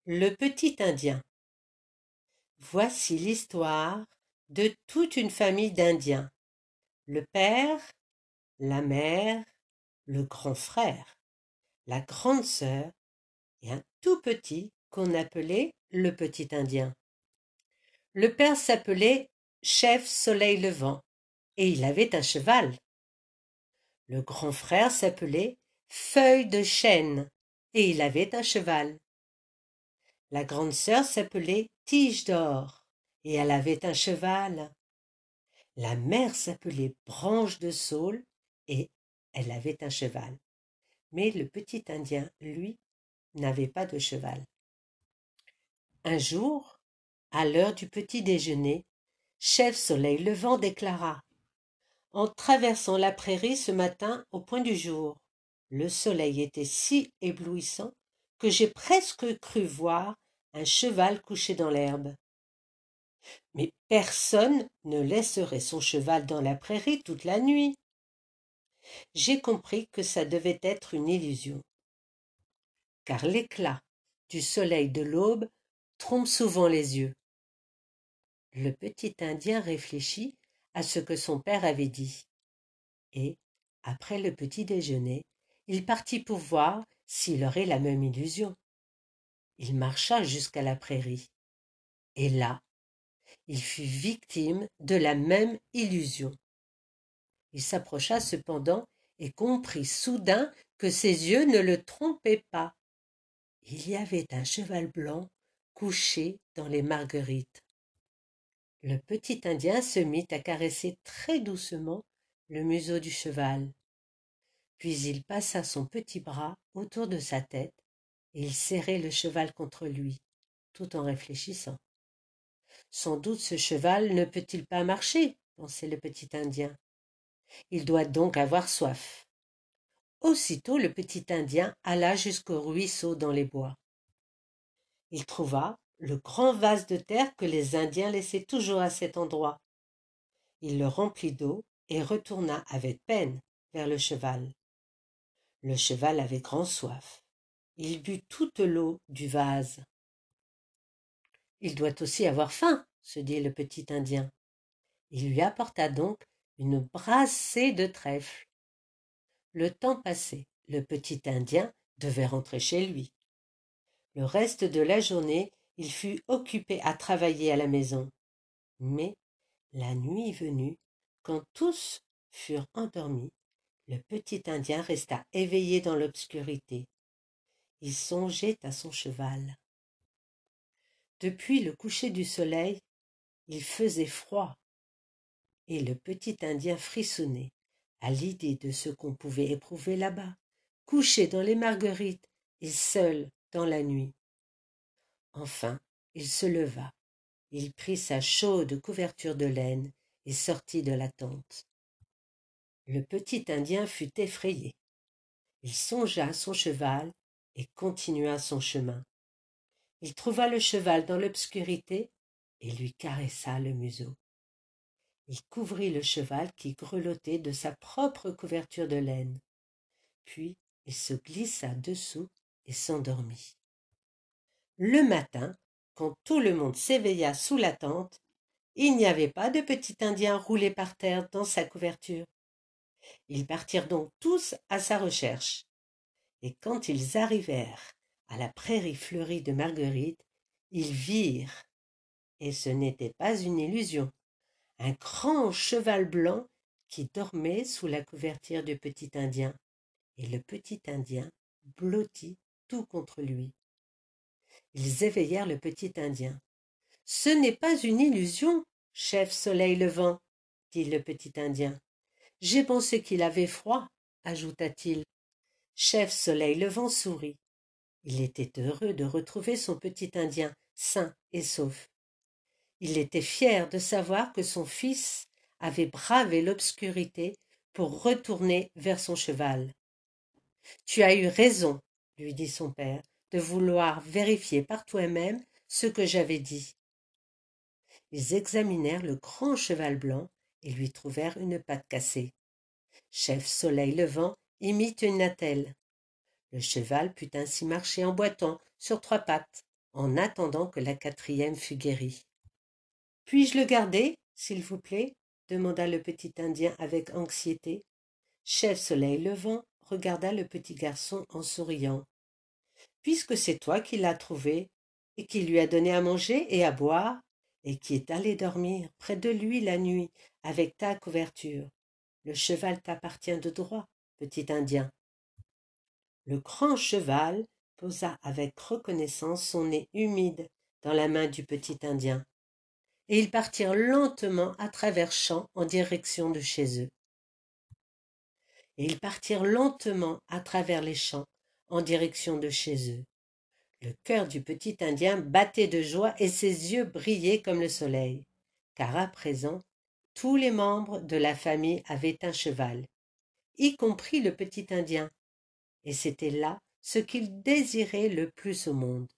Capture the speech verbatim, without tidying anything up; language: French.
Le petit Indien. Voici l'histoire de toute une famille d'Indiens. Le père, la mère, le grand frère, la grande sœur et un tout petit qu'on appelait le petit Indien. Le père s'appelait Chef Soleil Levant et il avait un cheval. Le grand frère s'appelait Feuille de Chêne et il avait un cheval. La grande sœur s'appelait Tige d'Or et elle avait un cheval. La mère s'appelait Branche de Saule et elle avait un cheval. Mais le petit Indien, lui, n'avait pas de cheval. Un jour, à l'heure du petit déjeuner, Chef Soleil Levant déclara: En traversant la prairie ce matin au point du jour, le soleil était si éblouissant que j'ai presque cru voir un cheval couché dans l'herbe. Mais personne ne laisserait son cheval dans la prairie toute la nuit. J'ai compris que ça devait être une illusion, car l'éclat du soleil de l'aube trompe souvent les yeux. Le petit Indien réfléchit à ce que son père avait dit, et, après le petit déjeuner, il partit pour voir s'il aurait la même illusion. Il marcha jusqu'à la prairie, et là, il fut victime de la même illusion. Il s'approcha cependant et comprit soudain que ses yeux ne le trompaient pas. Il y avait un cheval blanc couché dans les marguerites. Le petit Indien se mit à caresser très doucement le museau du cheval. Puis il passa son petit bras autour de sa tête et il serrait le cheval contre lui, tout en réfléchissant. Sans doute ce cheval ne peut-il pas marcher, pensait le petit Indien. Il doit donc avoir soif. Aussitôt le petit Indien alla jusqu'au ruisseau dans les bois. Il trouva le grand vase de terre que les Indiens laissaient toujours à cet endroit. Il le remplit d'eau et retourna avec peine vers le cheval. Le cheval avait grand soif. Il but toute l'eau du vase. Il doit aussi avoir faim, se dit le petit Indien. Il lui apporta donc une brassée de trèfle. Le temps passait, le petit Indien devait rentrer chez lui. Le reste de la journée, il fut occupé à travailler à la maison. Mais, la nuit venue, quand tous furent endormis, le petit Indien resta éveillé dans l'obscurité. Il songeait à son cheval. Depuis le coucher du soleil, il faisait froid, et le petit Indien frissonnait à l'idée de ce qu'on pouvait éprouver là-bas, couché dans les marguerites et seul dans la nuit. Enfin, il se leva, il prit sa chaude couverture de laine et sortit de la tente. Le petit Indien fut effrayé. Il songea à son cheval et continua son chemin. Il trouva le cheval dans l'obscurité et lui caressa le museau. Il couvrit le cheval qui grelottait de sa propre couverture de laine. Puis il se glissa dessous et s'endormit. Le matin, quand tout le monde s'éveilla sous la tente, il n'y avait pas de petit Indien roulé par terre dans sa couverture. Ils partirent donc tous à sa recherche. Et quand ils arrivèrent à la prairie fleurie de marguerites, ils virent, et ce n'était pas une illusion, un grand cheval blanc qui dormait sous la couverture du petit Indien, et le petit Indien blottit tout contre lui. Ils éveillèrent le petit Indien. « Ce n'est pas une illusion, chef Soleil Levant, dit le petit Indien. J'ai pensé qu'il avait froid, ajouta-t-il. Chef Soleil Levant sourit. Il était heureux de retrouver son petit Indien sain et sauf. Il était fier de savoir que son fils avait bravé l'obscurité pour retourner vers son cheval. « Tu as eu raison, lui dit son père, de vouloir vérifier par toi-même ce que j'avais dit. » Ils examinèrent le grand cheval blanc et lui trouvèrent une patte cassée. Chef Soleil Levant y mit une attelle. Le cheval put ainsi marcher en boitant sur trois pattes. en attendant que la quatrième fût guérie. « Puis-je le garder, s'il vous plaît ?» demanda le petit Indien avec anxiété. Chef Soleil Levant regarda le petit garçon en souriant. « Puisque c'est toi qui l'as trouvé, et qui lui as donné à manger et à boire, et qui est allé dormir près de lui la nuit avec ta couverture, le cheval t'appartient de droit, petit Indien. » Le grand cheval posa avec reconnaissance son nez humide dans la main du petit Indien, et ils partirent lentement à travers champs en direction de chez eux. Et ils partirent lentement à travers les champs en direction de chez eux. Le cœur du petit Indien battait de joie et ses yeux brillaient comme le soleil, car à présent, tous les membres de la famille avaient un cheval, y compris le petit Indien, et c'était là ce qu'il désirait le plus au monde.